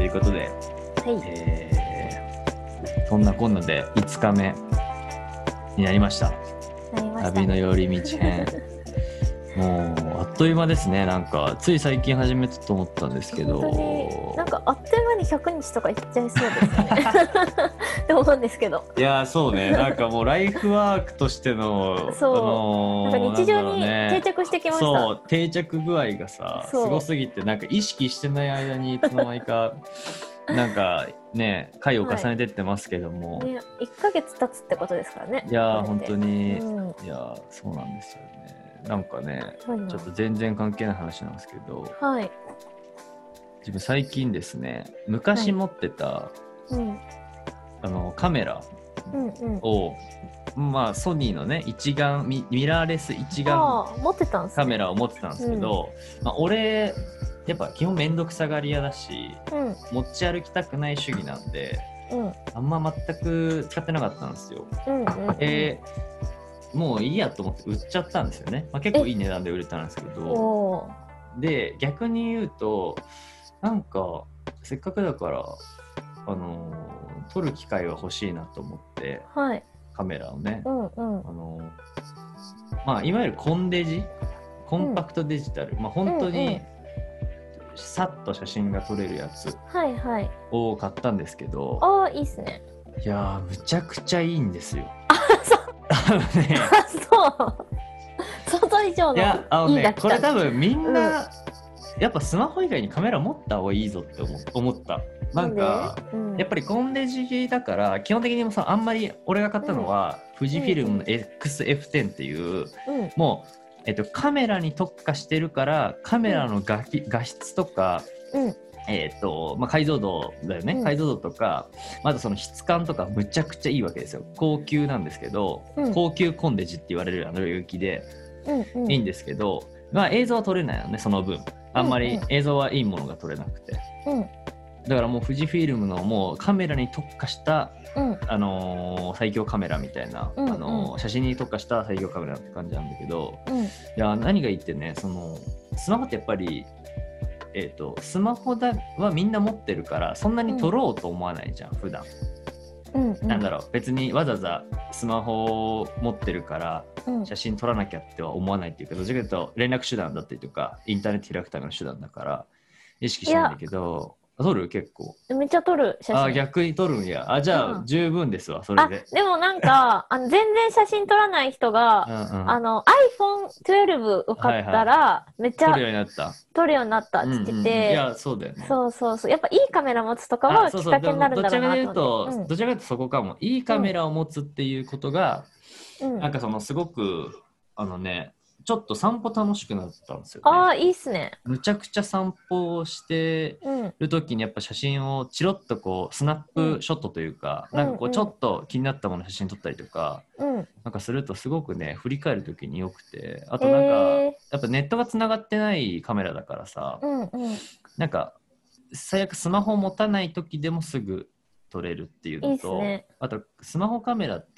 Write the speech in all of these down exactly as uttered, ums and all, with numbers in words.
いうことで、 はい、 えー、そんなこんなでいつかめになりました。 なりましたね。 旅の寄り道編もうあっという間ですね。なんかつい最近始めたと思ったんですけど、 本当になんかあっという間にひゃくにちとかいっちゃいそうですねって思うんですけど。 いやそうね、なんかもうライフワークとしてのそう、 あのー、 なんか日常にね、 定着してきました。 そう定着具合がさすごすぎて、なんか意識してない間にいつの間にかなんかね回を重ねてってますけども、 はいね、いっかげつ経つってことですからね。 いや本当に、 うん、 いやそうなんですよね。なんかね、 はい、 ちょっと全然関係ない話なんですけど、 はい、 自分最近ですね、昔持ってた、 はいうん、 あのカメラを、うんうん、まあソニーのね一眼 ミ, ミラーレス一眼カメラを持ってたんですけど、うんまあ、俺やっぱ基本めんどくさがり屋だし、うん、持ち歩きたくない主義なんで、うん、あんま全く使ってなかったんですよ。うんうんうん、えー、もういいやと思って売っちゃったんですよね。まあ、結構いい値段で売れたんですけど、で逆に言うとなんかせっかくだからあのー、撮る機会は欲しいなと思って、はい、カメラをね、うんうんあのーまあ、いわゆるコンデジコンパクトデジタル、うんまあ、本当にさっと写真が撮れるやつを買ったんですけど、 はいはい、あーいいっすね。 いやーむちゃくちゃいいんですよ。 あそうねそう想像以上のいい。いやあのねこれ多分みんな、うんやっぱスマホ以外にカメラ持った方がいいぞって思った。なんか、うん、やっぱりコンデジだから基本的にもさあんまり俺が買ったのは、うん、富士フィルムの エックスエフテン っていう、うん、もう、えっと、カメラに特化してるからカメラの 画,、うん、画質とか、うんえーとまあ、解像度だよね、うん、解像度とかまずその質感とかむちゃくちゃいいわけですよ。高級なんですけど、うん、高級コンデジって言われるあの領域で、うんうん、いいんですけど、まあ、映像は撮れないのねその分。あんまり映像はいいものが撮れなくて、うん、だからもう富士フィルムのもうカメラに特化した、うんあのー、最強カメラみたいな、うんうんあのー、写真に特化した最強カメラって感じなんだけど、うん、いや何がいいってね、そのスマホってやっぱり、えーと、スマホだはみんな持ってるからそんなに撮ろうと思わないじゃん、うん、普段、うんうん、なんだろう別にわざわざスマホを持ってるから写真撮らなきゃっては思わないっていうか、どちらかというと連絡手段だったりとかインターネット開くための手段だから意識しないんだけど、撮る結構めっちゃ撮る写真。 あ逆に撮るんや。あじゃあ、うん、十分ですわそれで。 あでもなんかあの全然写真撮らない人がうん、うん、あの アイフォントゥエルブ を買ったら、はいはい、めっちゃ撮るようになった撮るようになったって言ってて、うんうん、いやそうだよね。 そうそうそうやっぱいいカメラ持つとかはきっかけになるんだろうなと思って。どちらかというと、 うん、どちらかというとそこかも。いいカメラを持つっていうことが、うん、なんかそのすごくあのねちょっと散歩楽しくなったんですよね。 ああいいっすね。 むちゃくちゃ散歩をしてる時にやっぱ写真をチロッとこうスナップショットというか、うん、なんかこうちょっと気になったもの写真撮ったりとか、うん、なんかするとすごくね振り返る時によくて、あとなんかやっぱネットがつながってないカメラだからさ、うんうん、なんか最悪スマホを持たない時でもすぐ撮れるっていうのと、いいね、あとスマホカメラって、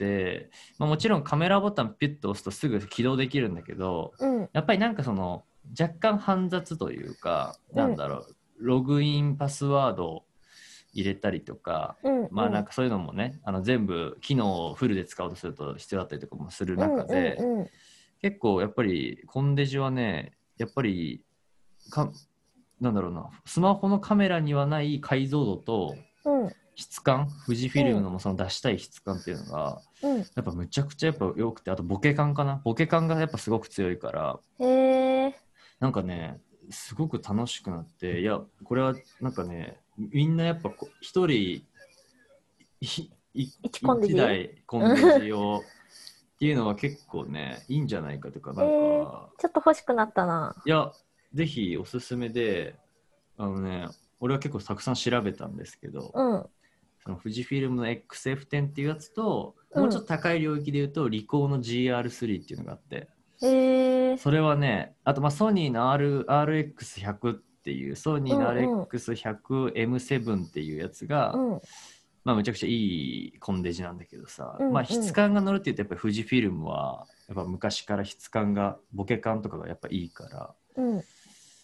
まあ、もちろんカメラボタンピュッと押すとすぐ起動できるんだけど、うん、やっぱりなんかその若干煩雑というか、うん、なんだろうログインパスワードを入れたりとか、うん、まあなんかそういうのもねあの全部機能をフルで使おうとすると必要だったりとかもする中で、うんうんうん、結構やっぱりコンデジはねやっぱりかなんだろうなスマホのカメラにはない解像度と、うん質感富士フィルムのその出したい質感っていうのが、うん、やっぱむちゃくちゃやっぱ良くて、あとボケ感かなボケ感がやっぱすごく強いから、へーなんかねすごく楽しくなって、いやこれはなんかねみんなやっぱ一人一台コンデジをっていうのは結構ねいいんじゃないかとかなんか、えー、 ちょっと欲しくなったな。 いやぜひおすすめで、あのね俺は結構たくさん調べたんですけど、うんその富士フィルムの エックスエフテン っていうやつと、もうちょっと高い領域で言うとリコーの ジーアールスリー っていうのがあって、へーそれはねあとまあソニーの R アールエックスひゃく っていうソニーの アールエックスひゃくエムセブン っていうやつが、うん、まあむちゃくちゃいいコンデジなんだけどさ、うんうん、まあ質感が乗るって言うとやっぱり富士フィルムはやっぱ昔から質感がボケ感とかがやっぱいいから、うん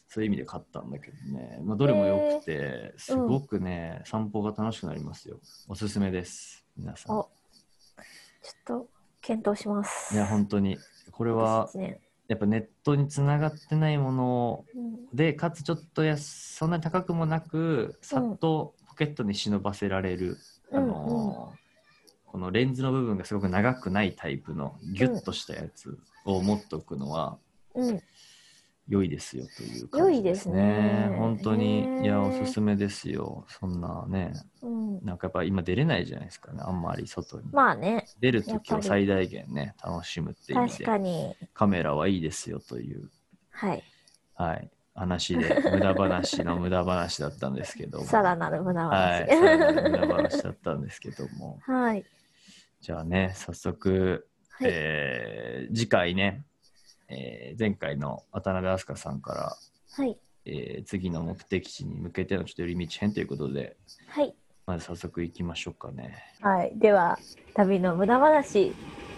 そういう意味で買ったんだけどね、まあ、どれも良くてすごくね、うん、散歩が楽しくなりますよ。おすすめです皆さん。 ちょっと検討します。 いや本当にこれはやっぱネットにつながってないもので、うん、かつちょっとやそんなに高くもなくさっとポケットに忍ばせられる、うん、あのーうん、このレンズの部分がすごく長くないタイプのギュッとしたやつを持っておくのは、うん良いですよという感じですね。良いですね。本当にいやおすすめですよ。そんなね、うん、なんかやっぱ今出れないじゃないですかね。あんまり外に。 まあね。 出るときは最大限ね楽しむっていう意味で。 確かに。 カメラはいいですよという。 はい。 はい。話で無駄話の無駄話だったんですけども。 さらなる無駄話。 はい。さらなる無駄話だったんですけども。 はい。 じゃあね早速、はい、えー、次回ね。えー、前回の渡辺飛鳥さんから、はいえー、次の目的地に向けてのちょっと寄り道編ということで、はい、まず早速行きましょうかね。 はい、では旅の無駄話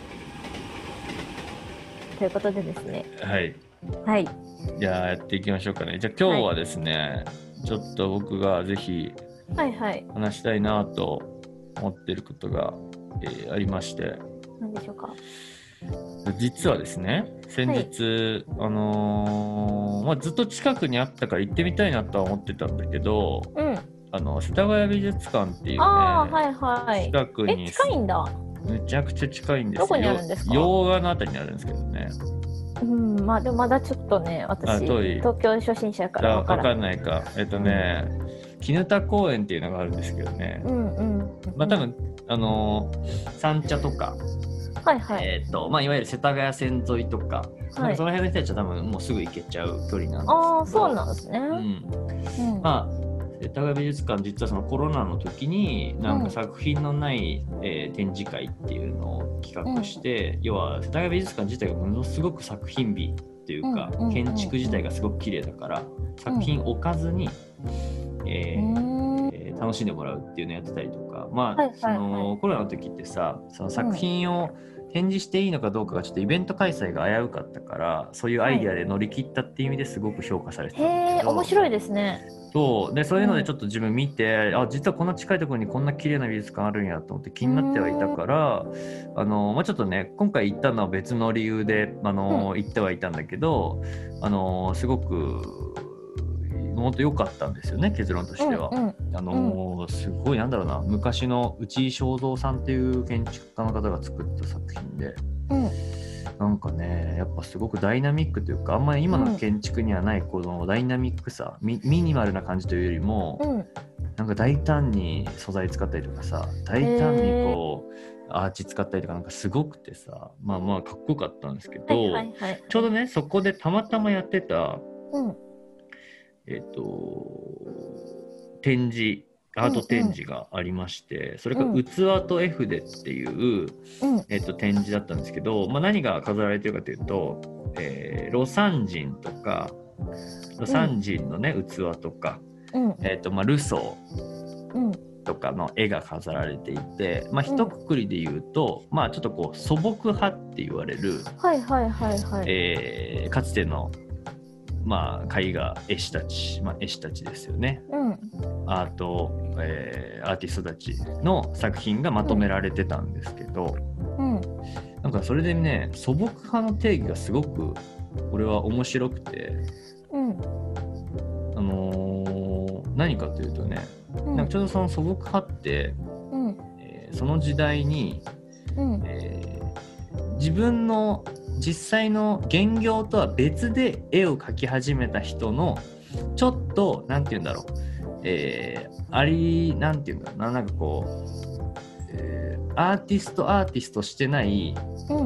ということでですね。 はい。 はい。 じゃあやっていきましょうかね。じゃあ今日はですね、はい、ちょっと僕がぜひ話したいなと思っていることが、えー、ありまして。 何でしょうか。 実はですね先日、はいあのーまあ、ずっと近くにあったから行ってみたいなとは思ってたんだけど、うん、あの世田谷美術館っていうね、 あ、はいはい、 近くにえ近いんだ。 めちゃくちゃ近いんですよ。 どこにあるんですか？ 洋画のあたりにあるんですけどね。 うんまあでもまだちょっとね私東京初心者やから分からない。分かんないか。えっとね、うん、絹田公園っていうのがあるんですけどね。うんうん、まあ多分あのー、三茶とか。はいはいえーとまあ、いわゆる世田谷線沿いとか、はい、なんかその辺の人たちは多分もうすぐ行けちゃう距離なんですけど。 ああそうなんですね、うんうん、まあ世田谷美術館実はそのコロナの時になんか作品のない、うんえー、展示会っていうのを企画して、うん、要は世田谷美術館自体がものすごく作品美っていうか、うん、建築自体がすごく綺麗だから、うん、作品置かずに、えーえー、楽しんでもらうっていうのをやってたりとか、まあ、はいはいはい、そのコロナの時ってさその作品を展示していいのかどうかがちょっとイベント開催が危うかったからそういうアイデアで乗り切ったっていう意味ですごく評価されてたんだけど、 はい、へー面白いですね。 そうでそういうのでちょっと自分見て、うん、あ実はこんな近いところにこんな綺麗な美術館あるんやと思って気になってはいたからあの、まあ、ちょっとね今回行ったのは別の理由であの、うん、行ってはいたんだけどあのすごく本当良かったんですよね結論としては、うんうん、あのー、すごいなんだろうな昔の内井正蔵さんっていう建築家の方が作った作品で、うん、なんかねやっぱすごくダイナミックというかあんまり今の建築にはないこのダイナミックさ、うん、ミ, ミニマルな感じというよりも、うん、なんか大胆に素材使ったりとかさ大胆にこうアーチ使ったりとかなんかすごくてさまあまあかっこよかったんですけど、はいはいはい、ちょうどねそこでたまたまやってた、うんえー、と展示アート展示がありまして、うんうん、それが器と絵筆っていう、うんえー、と展示だったんですけど、まあ、何が飾られてるかというと、えー、魯山人とか魯山人の、ねうん、器とか、うんえーとまあ、ルソー、うんとかの絵が飾られていて、まあ、一括りで言うと、うんまあ、ちょっとこう素朴派って言われる、はいはいはいはいえー、かつてのまあ、絵画絵師たち、まあ、絵師たちですよね、うん、アート、えー、アーティストたちの作品がまとめられてたんですけど、うん、なんかそれでね素朴派の定義がすごく俺は面白くて、うん、あのー、何かというとね、うん、なんかちょうどその素朴派って、うんえー、その時代に、うんえー、自分の実際の原業とは別で絵を描き始めた人のちょっとなんて言うんだろう、えー、ありなんて言うんだろうななんかこう、えー、アーティストアーティストしてない、うん、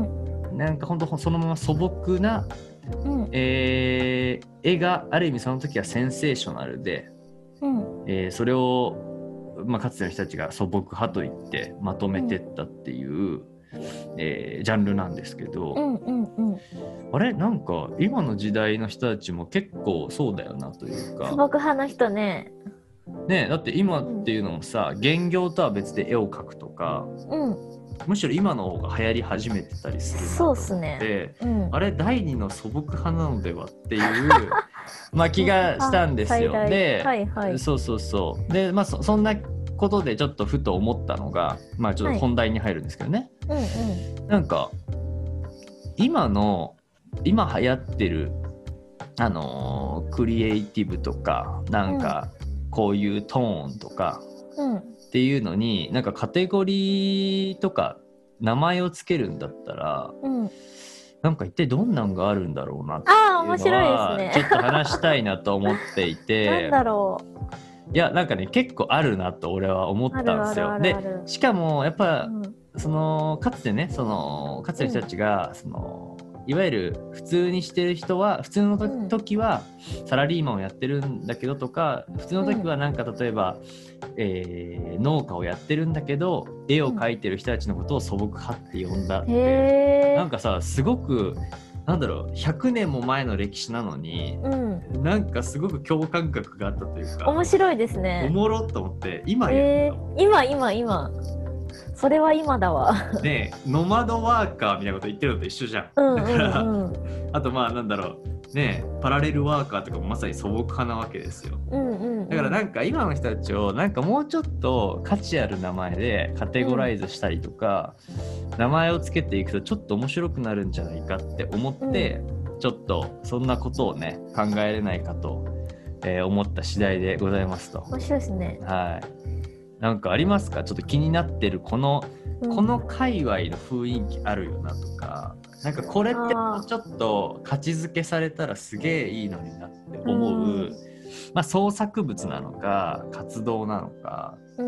なんかほんとそのまま素朴な、うんえー、絵がある意味その時はセンセーショナルで、うんえー、それを、まあ、かつての人たちが素朴派といってまとめてったっていう、うんえー、ジャンルなんですけど、うんうんうん、あれなんか今の時代の人たちも結構そうだよなというか素朴派の人ねねだって今っていうのもさ、うん、原業とは別で絵を描くとか、うん、 むしろ今の方が流行り始めてたりするなと思って、 そうっすね、うん、 あれ第二の素朴派なのではっていうまあ気がしたんですよ。で、はいはい、そうそうそうで、まあ そ, そんなことでちょっとふと思ったのが、まあちょっと本題に入るんですけどね、はい、うんうん、なんか今の今流行ってるあのー、クリエイティブとかなんかこういうトーンとか、うん、っていうのになんかカテゴリーとか名前をつけるんだったら、うん、なんか一体どんなんがあるんだろうなっていうのは面白いですね、 ちょっと話したいなと思っていてなんだろう、いやなんかね結構あるなと俺は思ったんですよ。でしかもやっぱ、うん、そのかつてねそのかつての人たちが、うん、そのいわゆる普通にしてる人は普通の時はサラリーマンをやってるんだけどとか、普通の時はなんか例えば、えー、農家をやってるんだけど絵を描いてる人たちのことを素朴派って呼んだって、なんかさすごくなんだろうひゃくねんも前の歴史なのに、うん、なんかすごく共感覚があったというか、 面白いですね。 おもろっと思って今言ったもん、 今今今それは今だわねえノマドワーカーみたいなこと言ってるのと一緒じゃん、うんうんうん、だからあとまあなんだろうねえパラレルワーカーとかもまさに素朴派なわけですよ、うんうんうん、だからなんか今の人たちをなんかもうちょっと価値ある名前でカテゴライズしたりとか、うん、名前をつけていくとちょっと面白くなるんじゃないかって思って、うん、ちょっとそんなことをね考えれないかと、えー、思った次第でございますと。 面白いですね。 はい、なんかありますか？ちょっと気になってるこの、うん、この界隈の雰囲気あるよなとか、なんかこれってちょっと価値づけされたらすげえいいのになって思う、うん、まあ創作物なのか活動なのか、うん、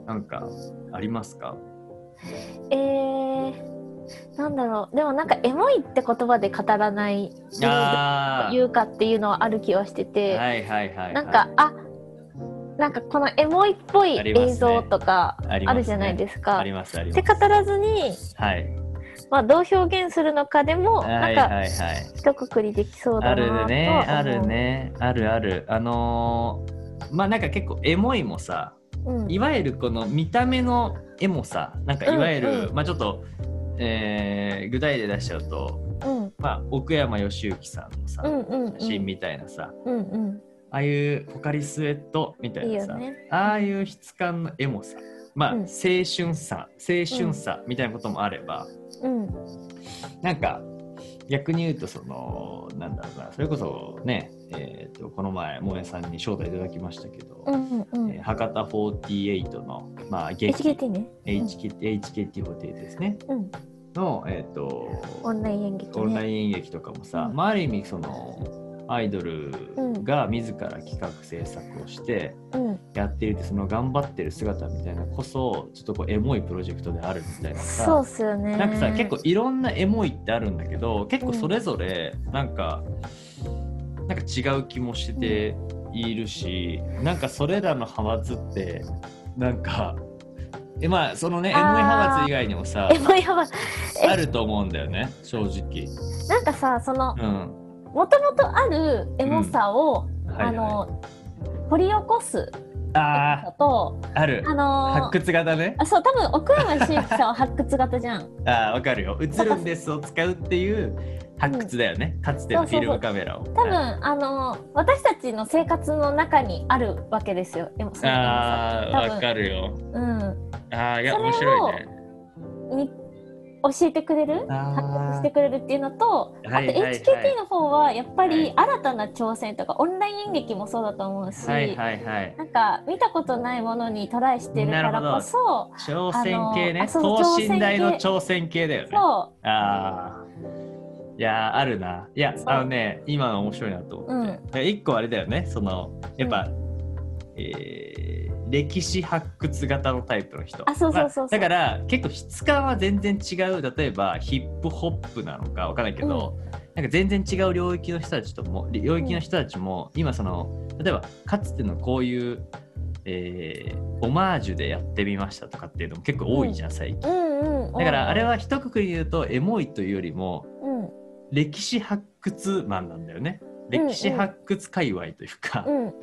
なんかありますか？ えーなんだろう、でもなんかエモいって言葉で語らない言うかっていうのはある気はしてて、はいはいはいはい、なんかあなんかこのエモいっぽい映像とかあるじゃないですか。 ありますね。あります。 って語らずに、はい、まあどう表現するのかでも、なんか一括りできそうだなとは思う。 あるね、あるね、あるある。あのー、まあなんか結構エモいもさ、うん、いわゆるこの見た目のエモさ、なんかいわゆる、うんうん、まあちょっと、えー、具体例出しちゃうと、うん、まあ奥山義行さんのさ、うんうんうん、写真みたいなさ、うんうんああいうポカリスエットみたいなさ、いいよね、ああいう質感のエモさ、まあ、うん、青春さ青春さみたいなこともあれば、うん、なんか逆に言うとそのなんだろうな、それこそね、えー、とこの前萌えさんに招待いただきましたけど、うんうんうんえー、博多フォーティーエイトの、まあ、劇エイチケーティー ね、 エイチケーティー エイチケーティーフォーティーエイトですね、うんの、えー、とオンライン演劇、ね、 オンライン演劇とかもさ、うんまあ、ある意味そのアイドルが自ら企画制作をしてやっていて、その頑張ってる姿みたいなこそちょっとこうエモいプロジェクトであるみたいなさ、 そうっすよね。 なんかさ結構いろんなエモいってあるんだけど結構それぞれなんか、うん、なんか違う気もしてているし、うん、なんかそれらの派閥ってなんかえまあそのねエモい派閥以外にもさエモい派閥あると思うんだよね正直。 なんかさその、うんもともとあるエモさを、うんはいはい、あの掘り起こすあとある、あのー、発掘型ね。 あそう多分奥山義行さんは発掘型じゃん。 あわかるよ。映るんですを使うっていう発掘だよね、うん、かつてのフィルムカメラを。 そうそうそう多分、はい、あのー、私たちの生活の中にあるわけですよ。そのエモさあわかるよ。うんあいや面白いね。 教えてくれる発掘してくれるっていうのと、あと エイチケーティー の方はやっぱり新たな挑戦とか、はい、オンライン演劇もそうだと思うし、はいはいはい、なんか見たことないものにトライしてるからこそ挑戦系ね、等身大の挑戦系だよね。そうあいやあるな。いやあのね今の面白いなと思って、うん、一個あれだよねそのやっぱ、うんえー、歴史発掘型のタイプの人。 あそうそうそうそう、まあ、 だから結構質感は全然違う。例えばヒップホップなのか分からないけど、うん、なんか全然違う領域の人たちとも領域の人たちも、うん、今その例えばかつてのこういう、えー、オマージュでやってみましたとかっていうのも結構多いじゃん、うん、最近、うんうん、だからあれは一括り言うとエモいというよりも、うん、歴史発掘マンなんだよね。歴史発掘界隈というか、うん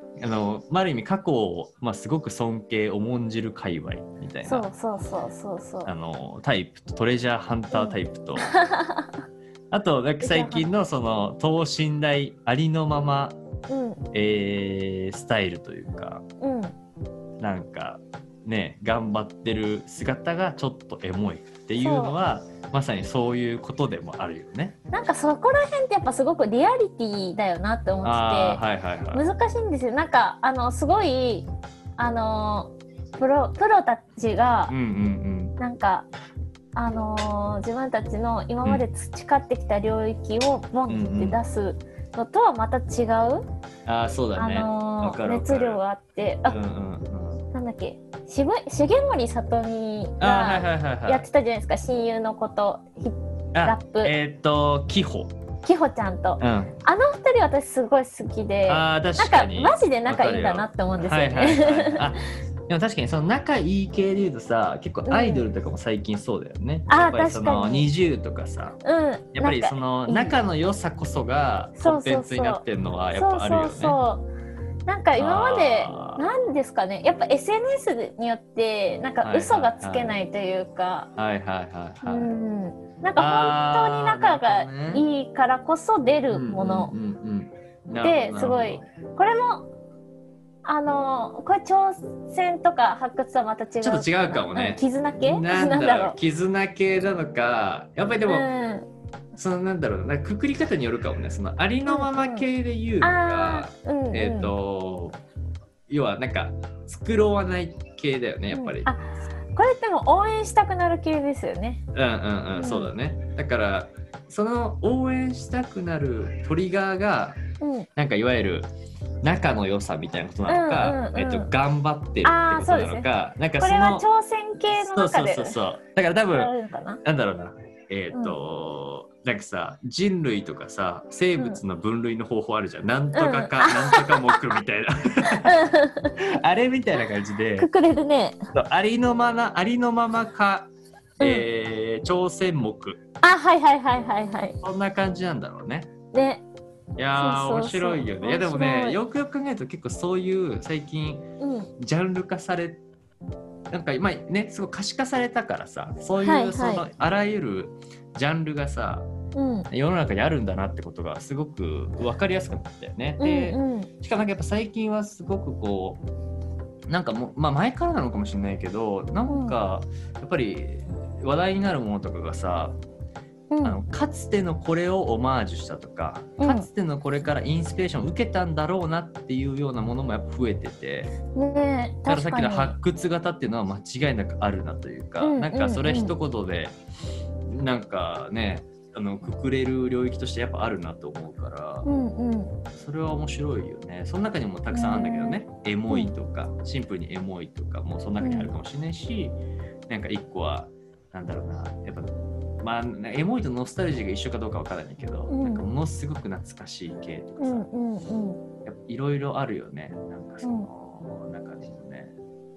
あのある意味過去を、まあ、すごく尊敬重んじる界隈みたいな、 そうそうそうそうそう、 あのタイプとトレジャーハンタータイプと、うん、あとなんか最近のその等身大ありのまま、うんえー、スタイルというか、うん、なんかね頑張ってる姿がちょっとエモいっていうのはまさにそういうことでもあるよね。 なんかそこら辺ってやっぱすごくリアリティだよなって思ってて、はいはいはい、難しいんですよ。なんかあのすごいあのプロ、プロたちが、うんうんうん、なんかあのー、自分たちの今まで培ってきた領域をボンって出すのとはまた違う、うんうん、 あ, そうだね、 あのー、熱量があって、あ、うんうんうん、なんだっけ重森さとみがやってたじゃないですか、親友のことラップ、 えっとキホキホちゃんと、うん、あの二人私すごい好きで、 あ確かになんかマジで仲いいんだなって思うんですよね、はいはいはい、あでも確かにその仲いい系でいうとさ結構アイドルとかも最近そうだよね、うん、やっぱりそのニジューとかさ、うん、やっぱりその仲の良さこそがコンテンツになってるのはやっぱあるよね。そうそうそうなんか今までなんですかねやっぱ エスエヌエス によってなんか嘘がつけないというか、 はいはいはいはい、うん、 なんか本当に仲がいいからこそ出るものですごいこれもあのこれ挑戦とか発掘とはまた違うちょっと違うかもね、 うん、絆系なんだろう絆系なのかやっぱりでも、うんそのなんだろうなくくり方によるかもねそのありのまま系で言うか、うんうん、えっ、ー、と要はなんか繕わない系だよねやっぱり、うん、あこれっても応援したくなる系ですよね。 うんうんうん、うん、そうだね。だからその応援したくなるトリガーが、うん、なんかいわゆる仲の良さみたいなことなのか、うんうんうん、えっと、頑張ってるってことなのか、ね、なんかそのこれは挑戦系の中でそうそうそうそうだから多分なんだろうなえっ、ー、と、うんなんかさ人類とかさ生物の分類の方法あるじゃん、うん、なんとかか、うん、なんとか目みたいなあれみたいな感じでくくれるねありのままありのままか、うんえー、挑戦目あはいはいはいはいはいそんな感じなんだろうね。 ねいやー面白いよね。いやでもねよくよく考えると結構そういう最近、うん、ジャンル化されなんか今ねすごい可視化されたからさそういう、はいはい、そのあらゆるジャンルがさ、うん、世の中にあるんだなってことがすごく分かりやすかったよね。で、うんうん、しかもなんかやっぱ最近はすごくこうなんかもまあ前からなのかもしれないけどなんかやっぱり話題になるものとかがさ、うん、あのかつてのこれをオマージュしたとか、うん、かつてのこれからインスピレーションを受けたんだろうなっていうようなものもやっぱ増えてて、ね、だからさっきの発掘型っていうのは間違いなくあるなというか、うん、なんかそれ一言で、うん、なんかねあのくくれる領域としてやっぱあるなと思うから、うんうん、それは面白いよね。その中にもたくさんあるんだけどね、エモいとか、うん、シンプルにエモいとかもその中にあるかもしれないし、うん、なんか一個はなんだろうなやっぱまあ、エモいとノスタルジーが一緒かどうかわからないけど、うん、なんかものすごく懐かしい系とかさ、いろいろあるよね。なんかその、うん、中でもね。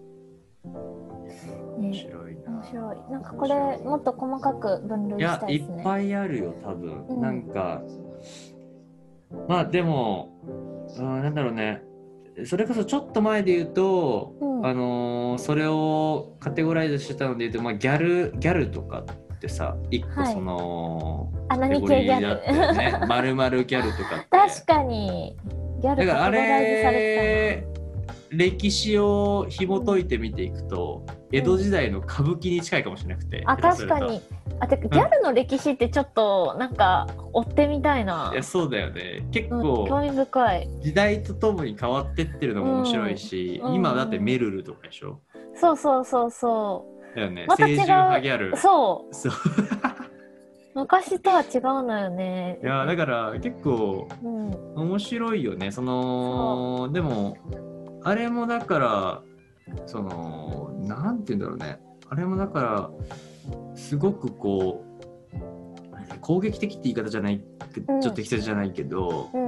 面白いな。 面白い。なんかこれもっと細かく分類したいですね。 いやいっぱいあるよ多分。うん、なんかまあでも、うん、なんだろうね。それこそちょっと前で言うと、うん、あのー、それをカテゴライズしてたので言うと、まあ、ギャルギャルとかってさ一個その、 はい、あ何系ギャルね、丸々ギャルとかって確かにギャルカテゴライズされてた歴史を紐解いてみていくと、うん、江戸時代の歌舞伎に近いかもしれなくて、 あ確かにあてかギャルの歴史ってちょっとなんか追ってみたいな、 うん、いやそうだよね結構、 うん、興味深い時代とともに変わってってるのも面白いし、うん、今だってメルルとかでしょ、 うん、そうそうそうそうだよね、また違う清純派ギャルそうそう昔とは違うのよね。 いやだから結構面白いよね、うん、そのでもあれもだからそのなんて言うんだろうねあれもだからすごくこう攻撃的って言い方じゃない、うん、ちょっと適切じゃないけど、うん、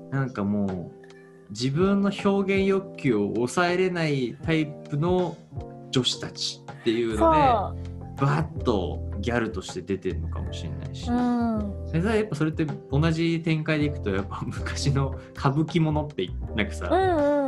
なんかもう自分の表現欲求を抑えれないタイプの女子たちっていうのでバッとギャルとして出てるのかもしれないし、うん、やっぱそれって同じ展開でいくとやっぱ昔の歌舞伎ものってなんかさ、うんうん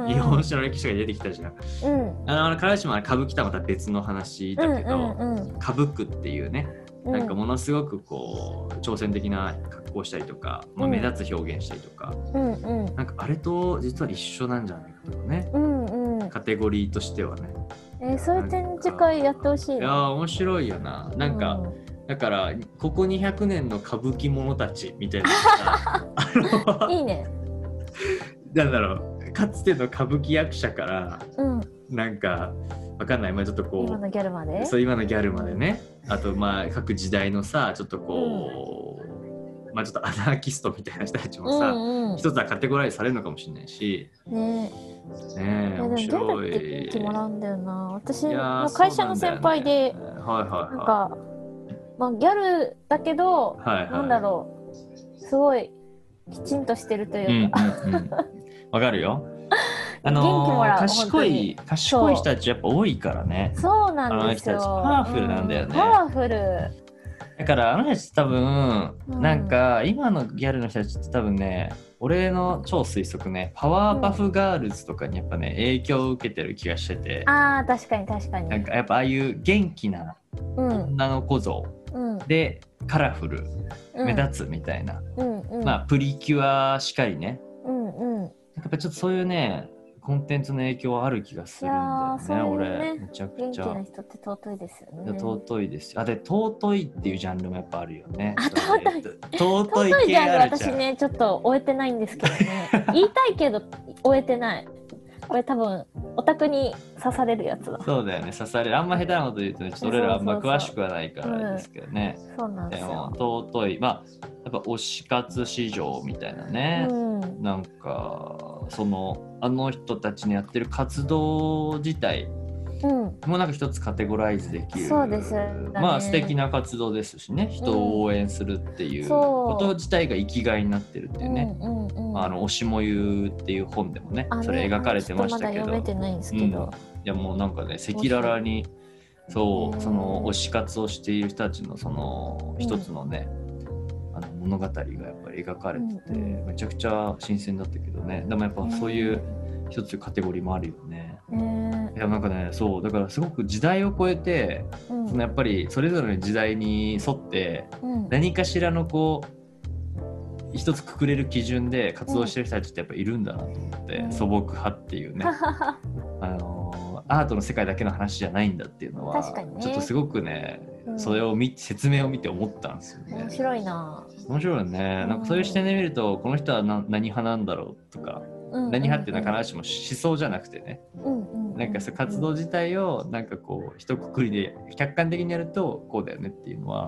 日本史の歴史が出てきたじゃん、うん、あの必ずしも歌舞伎とはまた別の話だけど、うんうんうん、歌舞伎っていうねなんかものすごくこう挑戦的な格好をしたりとか、まあ、目立つ表現したりとか、うんうん、なんかあれと実は一緒なんじゃないかとかね、うんうん、カテゴリーとしてはね、 えー、そういう展示会やってほしいな。 いや面白いよな。なんか、うん、だからここにひゃくねんの歌舞伎者たちみたいなあのいいね。 なんだろうかつての歌舞伎役者から、うん、なんかわかんない、まあ、ちょっとこう今のギャルまでそう今のギャルまでね、あとまあ各時代のさちょっとこう、うん、まあちょっとアナーキストみたいな人たちもさ、うんうん、一つはカテゴライズされるのかもしれないしねえ、面白い。ギャルって決まらんだよな。私の会社の先輩で、ね、はいはいはい、なんか、まあ、ギャルだけど、はいはい、なんだろうすごいきちんとしてるというか、わ、 うんうんうん、かるよ。あのー、賢い賢い人たちやっぱ多いからね。 そうなんですよ。 パワフルなんだよね、うん、 パワフルだからあの人たち多分、うん、なんか今のギャルの人たちって多分ね俺の超推測ねパワーパフガールズとかにやっぱね、うん、影響を受けてる気がしてて、 あー確かに確かになんかやっぱああいう元気な女の子像、うん、でカラフル、うん、目立つみたいな、うんうん、まあプリキュアしかりね、うんうん、やっぱちょっとそういうねコンテンツの影響はある気がするんだよね。 いや俺めちゃくちゃ元気な人って尊いですよね。 尊いですよ。あで尊いっていうジャンルもやっぱあるよね。 あ尊い尊い系あるじゃん。 私ねちょっと終えてないんですけどね言いたいけど終えてない。これ多分オタクに刺されるやつだ。 そうだよね刺される。あんま下手なこと言うとねちょっと俺らあんま詳しくはないからですけどね。 うん、そうなんですよ。でも尊いまあやっぱ推し活市場みたいなね、うん、なんかそのあの人たちにやってる活動自体、うん、もうなんか一つカテゴライズできる、 そうですね、 まあ素敵な活動ですしね、人を応援するっていうこと自体が生きがいになってるっていうね、うんうんうん、あの推しもゆうっていう本でもねそれ描かれてましたけど、 まだ読めてないんですけど、うん、いやもうなんかね赤裸々にそうその推し活をしている人たちのその一つのね、うん、あの物語がやっぱり描かれてて、うんうん、めちゃくちゃ新鮮だったけどね。でもやっぱそういう一つカテゴリーもあるよね、えー、いやなんかねそうだからすごく時代を超えて、うん、そのやっぱりそれぞれの時代に沿って何かしらのこう一つくくれる基準で活動してる人たちってやっぱいるんだなと思って、うん、素朴派っていうねあのアートの世界だけの話じゃないんだっていうのは、ね、ちょっとすごくね、うん、それを見説明を見て思ったんですよね。 面白いな。 面白いよね、うん、なんかそういう視点で見るとこの人は何派なんだろうとか、うんうん、何派っていうのは必ずしも思想じゃなくてね、うんうんうん、なんかそう活動自体をなんかこう一括りで客観的にやるとこうだよねっていうのは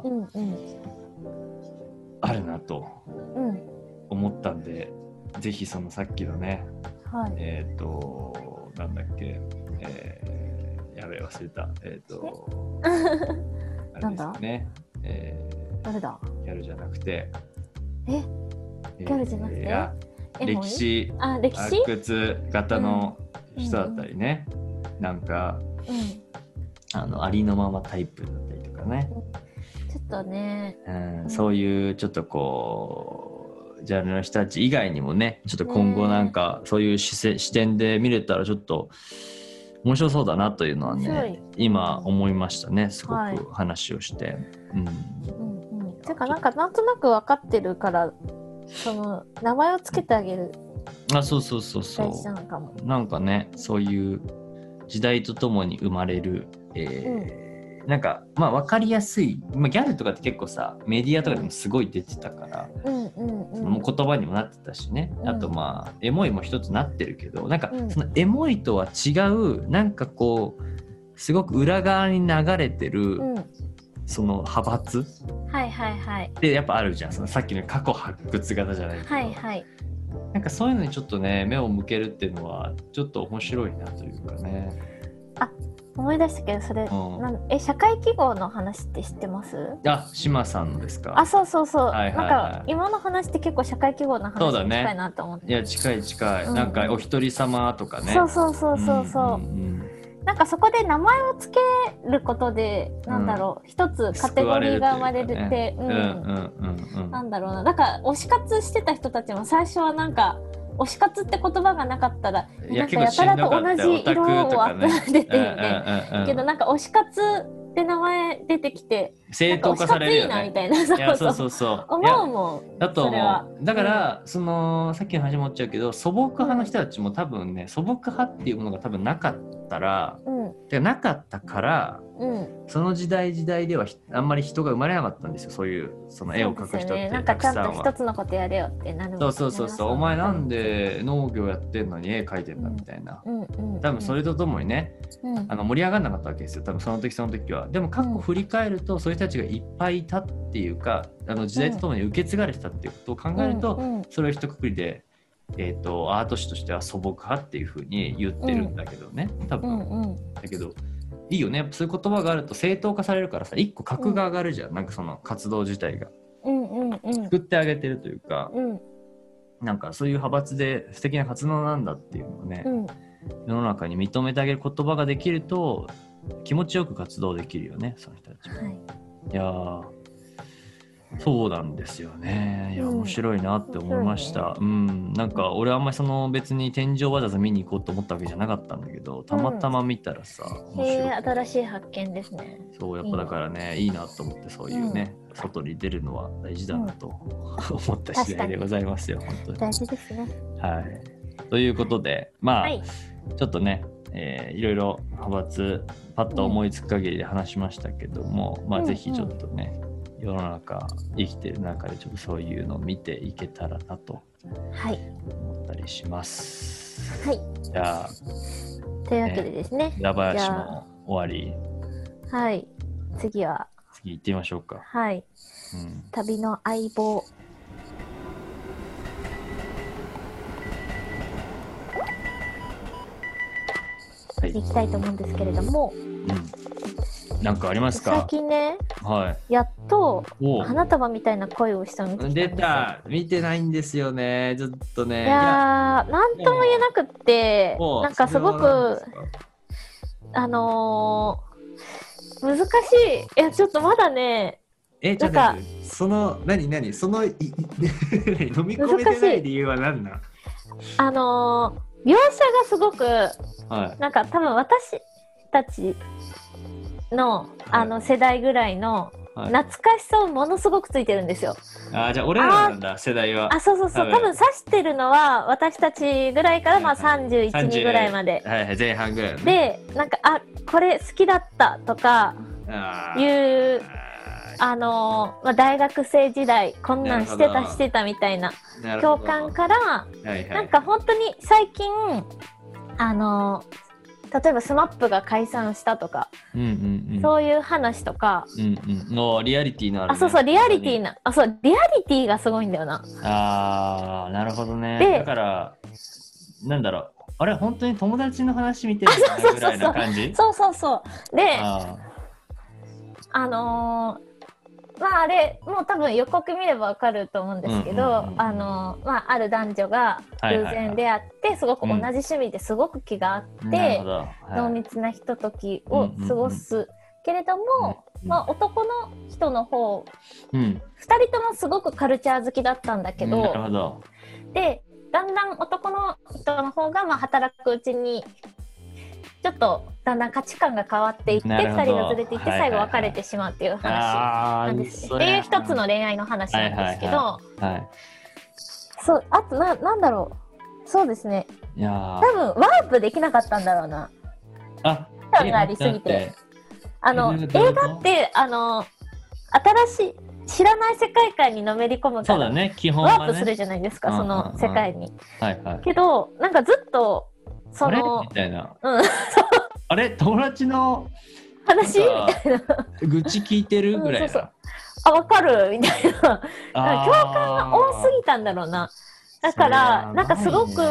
あるなと思ったんで、うん、ぜひそのさっきのね、はい、えっ、ー、となんだっけ、えー、やべえ忘れたえっ、ー、とあれですよね、えー、誰だ？ ギャルじゃなくてえギャルじゃなくて、えー、歴史発掘型の人だったりね、うん、なんか、うん、あのありのままタイプだったりとかね、 ちょっとね、 うんうん、そういうちょっとこうジャンルの人たち以外にもねちょっと今後なんかそういう視点で見れたらちょっと面白そうだなというのはね今思いましたね。すごく話をして、はい、うんうんうん、てかなんかなんとなく分かってるからその名前をつけてあげる、 あそうそうそうそう大事なのかも。 なんかねそういう時代とともに生まれる、えーうん、なんかまあ分かりやすい、まあ、ギャルとかって結構さメディアとかでもすごい出てたから、うんうんうん、もう言葉にもなってたしね、うん、あとまあエモいも一つなってるけどなんかそのエモいとは違うなんかこうすごく裏側に流れてる、うん、その派閥はいはいはいでやっぱあるじゃん。そのさっきの過去発掘型じゃないけど、 はいはい、 なんかそういうのにちょっとね目を向けるっていうのはちょっと面白いなというかね。 あ思い出したけどそれ、うん、なんえ社会記号の話って知ってます？ あ島さんのですか？ あそうそうそう、はいはいはい、なんか今の話って結構社会記号の話に近いなと思って、 ね、いや近い近い、うん、なんかお一人様とかね、 そうそうそうそうそう、うんうんうんなんかそこで名前をつけることで、なんだろう、うん、一つカテゴリーが生まれるって、なんだろうな、だから推し活してた人たちも最初はなんか推し活って言葉がなかったらなんかやたらと同じ色を当ててるね。けどなんか推し活って名前出てきて正当化されるよね。 みたいな、そうそうそうそう思うもん。 だと思う。だから、うん、そのさっきの話もっちゃうけど、素朴派の人たちも多分ね、素朴派っていうものが多分なかったら、うん、てかなかったから、うん、その時代時代ではあんまり人が生まれなかったんですよ。そういうその絵を描く人ってたくさんは。 なんかちゃんと一つのことやれよってなるもん。 そうそうそうそう。お前なんで農業やってんのに絵描いてんだみたいな。うんうんうん、多分それとともにね、うん、あの盛り上がんなかったわけですよ。多分その時その時は。でも過去振り返ると、そういう人たちがいっぱいいたっていうか、あの時代とともに受け継がれてたっていうことを考えると、うんうん、それを一括りで、えーと、アート史としては素朴派っていうふうに言ってるんだけどね、多分、うんうん、だけどいいよね、やっぱそういう言葉があると正当化されるからさ、一個格が上がるじゃん、うん、なんかその活動自体が、うんうんうん、作ってあげてるというか、うん、なんかそういう派閥で素敵な活動なんだっていうのをね、うん、世の中に認めてあげる言葉ができると気持ちよく活動できるよね、その人たちは。はい、いやー、そうなんですよね。いや、面白いなって思いました。うん、うん、なんか俺あんまりその別に天井わざわざ見に行こうと思ったわけじゃなかったんだけど、たまたま見たらさ、 うん、面白い。新しい発見ですね。 そう、やっぱだからね、いいなと思って、そういうね、うん、外に出るのは大事だなと、うん、思った次第でございますよ。本当に大事ですね。 はい。ということで、まあ、はい、ちょっとね、えー、いろいろ派閥パッと思いつく限りで話しましたけども、うん、まあぜひちょっとね、世の中生きてる中でちょっとそういうのを見ていけたらなと思ったりします。はい。じゃあというわけでですね。 裏林も終わり。 はい。次は。 次行ってみましょうか。 はい。うん、旅の相棒。はい、行きたいと思うんですけれども。うん。 なんかありますか？ 最近ね、はい、やっと花束みたいな声をしたの見てきたんですよ。 出た、見てないんですよね、ちょっとね。 いやー、なんとも言えなくって、なんかすごくあのー、難しい。いや、ちょっとまだね、 え、ちょっとその何何そのい飲み込めてない理由は何なん？ あのー、描写がすごく、はい、なんか多分私たちの、あの世代ぐらいの懐かしさをものすごくついてるんですよ。 ああ、じゃあ俺らなんだ、世代は。 あ、そうそうそう、多分指してるのは私たちぐらいからまあさんじゅういち、にぐらいまで。 はいはい、前半ぐらい、ね。 で、なんか、あ、これ好きだったとかいう、あのーまあ、大学生時代こんなんしてたしてたみたいな共感から、はいはい、なんか本当に最近あのー例えばスマップが解散したとか、うんうんうん、そういう話とか、 うんうん、のリアリティのある、ね、 あ、そうそう、リアリティな、あ、そう、リアリティがすごいんだよな。 あー、なるほどね。だからなんだろう、あれ本当に友達の話見てるぐらいな感じ。 そうそうそうで、あ, あのーまああれもう多分予告見ればわかると思うんですけど、うんうんうん、あのまあある男女が偶然出会って、はいはいはい、すごく同じ趣味ですごく気があって、うん、濃密なひとときを過ごす、うんうんうん、けれども、うんうん、まあ男の人の方、うん、ふたりともすごくカルチャー好きだったんだけど、うん、なるほど。でだんだん男の人の方がまあ働くうちにちょっとだんだん価値観が変わっていってふたりがずれていって、最後別れてしまうっていう話なんです、はいはいはい、っていう一つの恋愛の話なんですけど、はいはいはい、そう、あと な, なんだろう、そうですね、いや多分ワープできなかったんだろうな、あ感がありすぎて、あの映画ってあの新しい知らない世界観にのめり込むから、そうだね、基本はね、ワープするじゃないですか、その世界に、はいはい、けどなんかずっとそのあれみたいな、うん、あれ友達の話みたいな愚痴聞いてるぐらいな、うん、そうそう、 あ、わかるみたいな、共感が多すぎたんだろうな。だからなんかすごく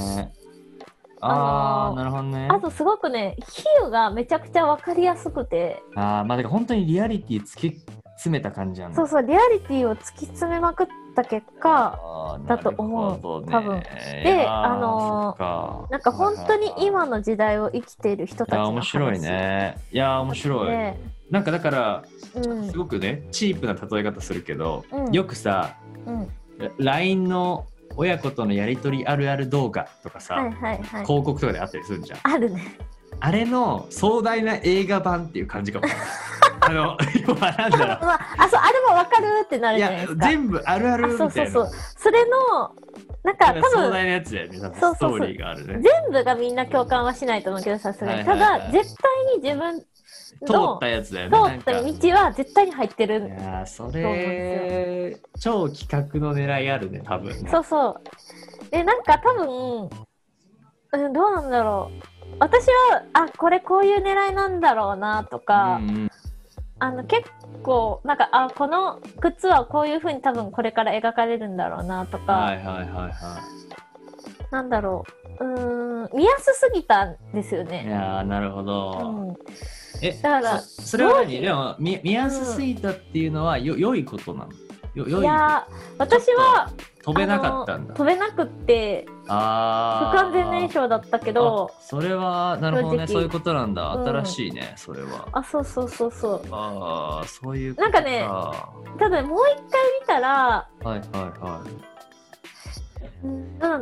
あー、なるほどね。 あとすごくね、比喩がめちゃくちゃわかりやすくて、 あー、まあだから本当にリアリティ突き詰めた感じなんだ。 そうそう、リアリティを突き詰めまくった結果だと思う、ね、多分で、あのー、なんか本当に今の時代を生きている人たちの話。いや面白いね。いや面白い、ね、なんかだから、うん、すごくねチープな例え方するけど、うん、よくさ、うん、ライン の親子とのやり取りあるある動画とかさ、 はいはいはい、 広告とかであったりするんじゃん。 あるね。 あれの壮大な映画版っていう感じかも。あの要はなんだろうあ、そう、あれも分かるってなるじゃないですか。 全部あるあるみたいな。 そうそうそう。それのなんか多分壮大なやつだよね。多分ストーリーがあるね。そうそうそう、全部がみんな共感はしないと思うけどさすがに、ただ絶対に自分通ったやつだよね。 通った道は絶対に入ってる。 いやそれ超企画の狙いあるね多分ね。 そうそう。でなんか多分、うん、どうなんだろう。私はあこれこういう狙いなんだろうなとか、うんうん、あの結構なんかあこの靴はこういう風に多分これから描かれるんだろうなとか、 はいはいはいはい、 なんだろう、うーん見やすすぎたんですよね。 いやなるほど、 うん、 えだから そ, それは何でも 見, 見やすすぎたっていうのはよ、うん、良いことなの？よ良いいや私は飛べなかったんだ。 飛べなくってあ不完全燃焼だったけど、 それはなるほどね、そういうことなんだ。新しいね、うん、それは。 あそうそうそうそう。 ああそういうことか。なんかねただもう一回見たらはいはいはい。 うん、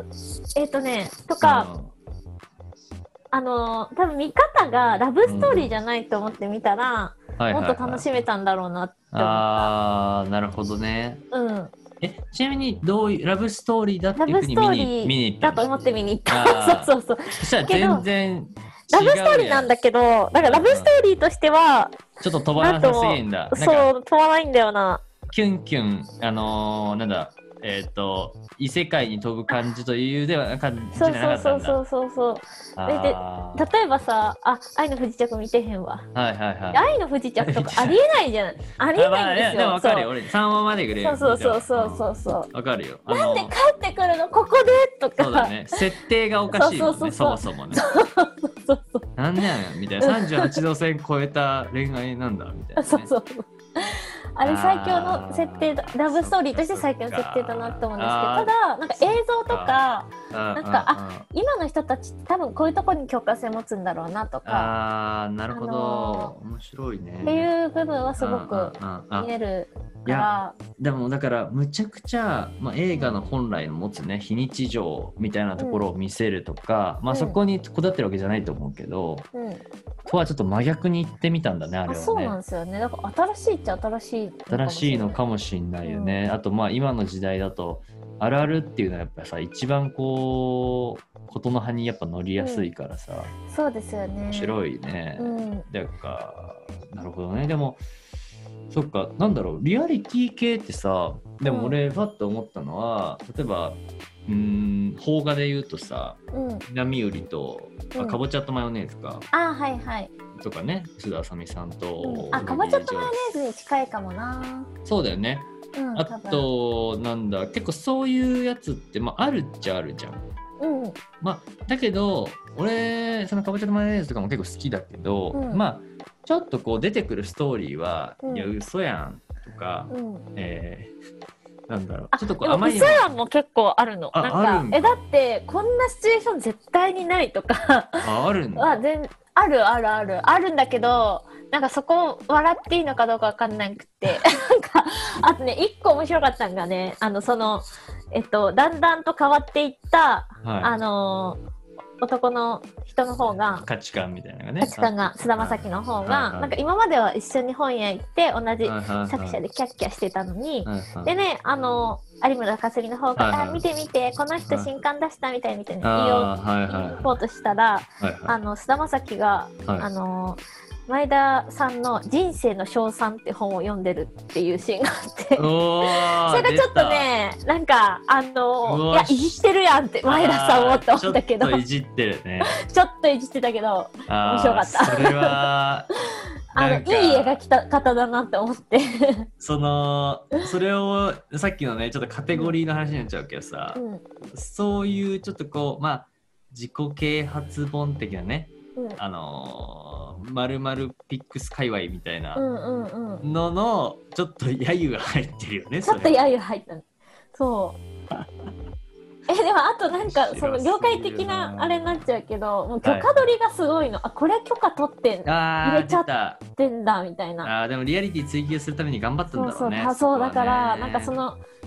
えっ、ー、とねとか、うん、あの多分見方がラブストーリーじゃないと思って見たら、うん、もっと楽しめたんだろうなって思った。 ああなるほどね。 うん。 えちなみにどういうラブストーリーだっていうふうに見に見に行っただと思って見に行った。そうそうそう。 そしたら全然ラブストーリーなんだけど、だからラブストーリーとしてはちょっと飛ばなさすぎんだ。 そう飛ばないんだよな。 キュンキュンあのー、なんだえっ、ー、と異世界に飛ぶ感じというでは感じじゃなかったんだ。そうそうそうそうそう。でで例えばさあ愛の不時着見てへんわ。 はいはいはい。 愛の不時着とかありえないじゃん。ありえないんですよ。 でも分かるよ。俺さんわまでぐらい。 そうそうそうそうそう。 分かるよ。 なんで帰ってくるのここでとか。 そうだね。設定がおかしいもんね。そもそもね。 そうそう。 なんでやねんみたいな。さんじゅうはちど線超えた恋愛なんだみたいな。 そうそう。あれ最強の設定だ、ラブストーリーとして最強の設定だなと思うんですけど、ただなんか映像とかなんかあ今の人たち多分こういうところに共感性持つんだろうなとか、 あなるほど、面白いねっていう部分はすごく見えるから。いやでもだからむちゃくちゃ、まあ、映画の本来の持つね非日常みたいなところを見せるとか、うん、まあそこにこだわってるわけじゃないと思うけど、うん、とはちょっと真逆に言ってみたんだねあれはね。 あそうなんですよね。だから新しいっちゃ新しい新しいのかもしれないよね、うん、あとまあ今の時代だとあるあるっていうのはやっぱさ一番こうことの葉にやっぱ乗りやすいからさ、 うん、そうですよね。 面白いね、 うん、 だからなるほどね。でもそっかなんだろうリアリティ系ってさでも俺ファッと思ったのは、うん、例えばうーん邦画で言うとさ、うん、南ゆりと、うん、あかぼちゃとマヨネーズかあはいはいとかね須田あさみさんと、 うん、あかぼちゃとマヨネーズに近いかもな。 そうだよね、うん、あとなんだ結構そういうやつって、まあ、あるっちゃあるじゃん。うん、まあだけど俺そのかぼちゃとマヨネーズとかも結構好きだけど、うん、まあちょっとこう出てくるストーリーは、うん、いや嘘やんとか、うん、えー、なんだろうちょっとこう甘い嘘やんも結構あるの。なんかあるんかえだってこんなシチュエーション絶対にないとかああるんだあ全あるあるあるあるんだけどなんかそこ笑っていいのかどうかわかんなくてなんかあとね一個面白かったのがねあのそのえっとだんだんと変わっていった、はい、あのー男の人の方が価値観みたいなね価値観が菅田将暉の方が、はいはい、なんか今までは一緒に本屋行って同じ作者でキャッキャしてたのに、はいはい、でねあの有村架純の方が、はいはい、あ見て見てこの人新刊出したみたいみたいな言おう、はいはい、言おうとしたら、はいはい、あの菅田将暉が、はい、あの前田さんの人生の称賛って本を読んでるっていうシーンがあってそれがちょっとねなんかあのいやいじってるやんって前田さんをって思ったけどちょっといじってるねちょっといじってたけど面白かったそれはあのいい描き方だなって思ってそのそれをさっきのねちょっとカテゴリーの話になっちゃうけどさ、うん、そういうちょっとこうまあ自己啓発本的なね、うん、あのーまるまるピックス界隈みたいなののちょっと揶揄が入ってるよね。 ちょっと揶揄入ったそうえでもあとなんかその業界的なあれになっちゃうけどもう許可取りがすごいの、はい、あこれ許可取って入れちゃってんだみたいな。 あでもリアリティ追求するために頑張ったんだろうね。 そうそう、そうだから、ね、なんかその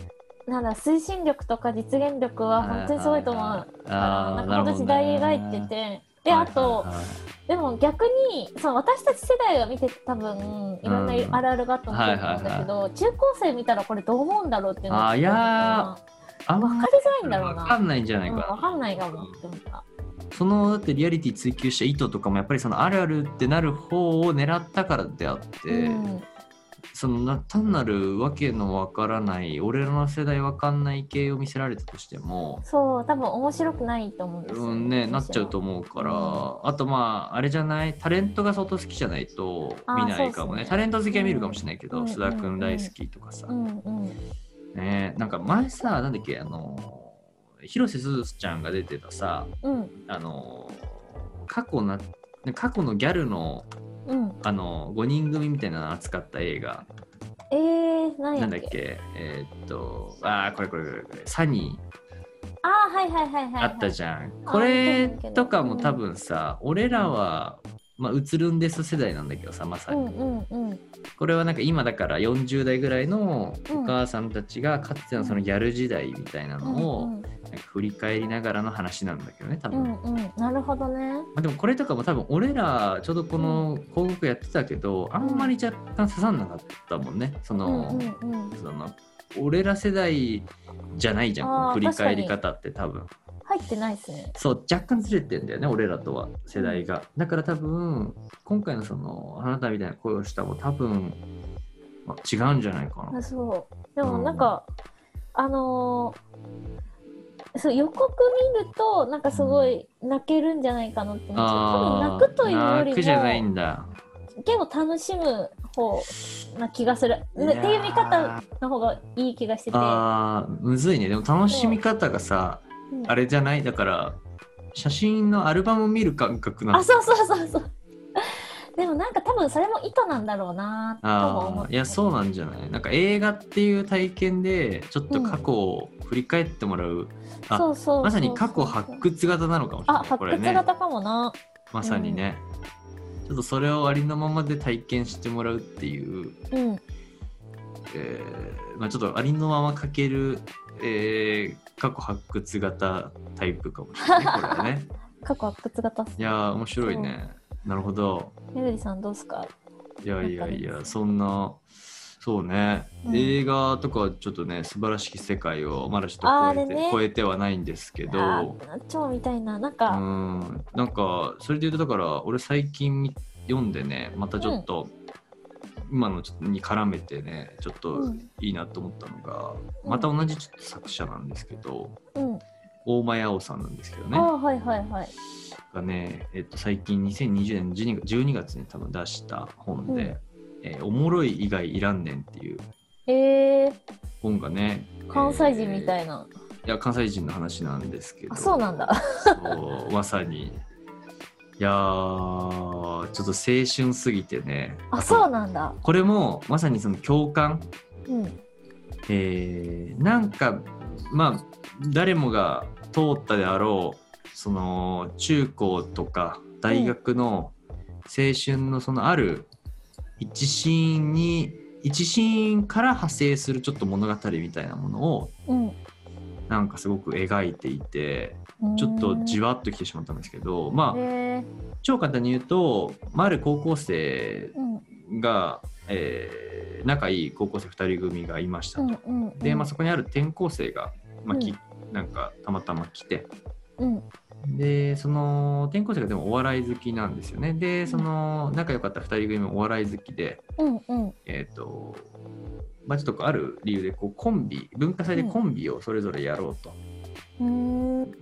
なんだ推進力とか実現力は本当にすごいと思う。はいはいはい、あなんか本当時代描いてて、であと、はいはいはい、でも逆にその私たち世代が見て多分いろんなあるあるがあって思ってると思うんだけど、うんはいはいはい、中高生見たらこれどう思うんだろうっていうのは、 あいやー分かりづらいんだろうな。 分かんないんじゃないかな、 うん、分かんないかもって思った。 そのだってリアリティ追求した意図とかもやっぱりそのあるあるってなる方を狙ったからであって、うん、その単なるわけのわからない俺らの世代わかんない系を見せられたとしてもそう多分面白くないと思うんですよ、 うんね、なっちゃうと思うから、うん、あとまああれじゃないタレントが相当好きじゃないと見ないかも ね, ねタレント好きは見るかもしれないけど、うん、須田くん大好きとかさ、うんうんね、なんか前さなんだっけあの広瀬すずちゃんが出てたさ、うん、あの過去な過去のギャルの、うん、あのごにん組みたいなのを扱った映画、 えー、何なんだっけえー、っとあこれこれこれこれサニーあはいはいはいはい、はい、 あったじゃん。これとかも多分さ、うん、俺らは、まあ、映るんです世代なんだけどさまさに、うんうんうん、これはなんか今だからよんじゅう代ぐらいのお母さんたちがかつてのそのギャル時代みたいなのを、うんうん、なんか振り返りながらの話なんだけどね多分、 うんうん、なるほどね、 まあ、でもこれとかも多分俺らちょうどこの広告やってたけど、うん、あんまり若干刺さんなかったもんねその、うんうんうん、その俺ら世代じゃないじゃんこの振り返り方って多分入ってないですね。 そう若干ずれてんだよね俺らとは世代が、うん、だから多分今回のそのあなたみたいな声をしたも多分、まあ、違うんじゃないかな。 そうでもなんか、うん、あのー、そう予告見るとなんかすごい泣けるんじゃないかなって思って、うん、多分泣くというよりも泣くじゃないんだ結構楽しむ方な気がするっていう見方の方がいい気がしててあむずいねでも楽しみ方がさ、うん、あれじゃないだから写真のアルバムを見る感覚なんあそうそうそうそうでもなんか多分それも意図なんだろうなとも思っていやそうなんじゃないなんか映画っていう体験でちょっと過去を振り返ってもらう、うん、あそうそうそうそうまさに過去発掘型なのかもしれないあ発掘型かもな、ね、 まさにね、うん、ちょっとそれをありのままで体験してもらうっていう、うんえーまあ、ちょっとありのままかける、えー、過去発掘型タイプかもしれないこれはね過去発掘型っすねいや面白いねなるほどめぐりさんどうすかいやいやいやそんなそうね、うん、映画とかちょっとね素晴らしき世界をまだちょっと超えて、ね、超えてはないんですけど超みたいななんかうんなんかそれで言うとだから俺最近読んでねまたちょっと、うん、今のちょっとに絡めてねちょっといいなと思ったのが、うん、また同じちょっと作者なんですけど、うん、大前青さんなんですけどねあはいはいはいがね、えっと、最近にせんにじゅうねんのじゅうにがつに多分出した本で、うんえー、おもろい以外いらんねんっていう本がね、 えー、関西人みたいな、 えー、いや関西人の話なんですけどあそうなんだそうまさにいやーちょっと青春すぎてねあそうなんだこれもまさにその共感、うんえー、なんかまあ誰もが通ったであろうその中高とか大学の青春のそのある一シーンに一シーンから派生するちょっと物語みたいなものをなんかすごく描いていてちょっとじわっときてしまったんですけどまあ超簡単に言うとある高校生が、えー、仲いい高校生ふたり組がいましたと、で、まあ、そこにある転校生が、まあきなんかたまたま来て、うんでその転校生がでもお笑い好きなんですよねでその仲良かったふたり組もお笑い好きで、うんうん、えっ、ー、とまあちょっとある理由でこうコンビ文化祭でコンビをそれぞれやろうと、うん、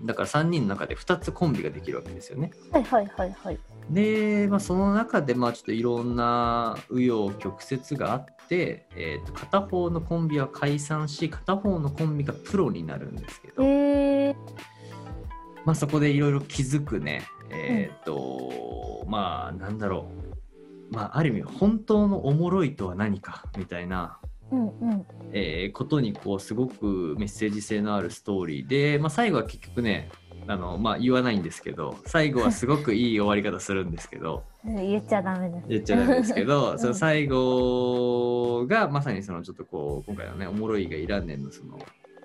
だからさんにんの中でふたつコンビができるわけですよねはいはいはいはいで、まあ、その中でまあちょっといろんな紆余曲折があって、えー、と片方のコンビは解散し片方のコンビがプロになるんですけど、えーまあ、そこでいろいろ気づくね、えっ、ー、と、うん、まあなんだろう、まあある意味本当のおもろいとは何かみたいな、うんうんえー、ことにこうすごくメッセージ性のあるストーリーで、まあ、最後は結局ねあの、まあ、言わないんですけど最後はすごくいい終わり方するんですけど言っちゃダメです言っちゃダメですけど、うん、その最後がまさにそのちょっとこう今回のねおもろいがいらんねんのその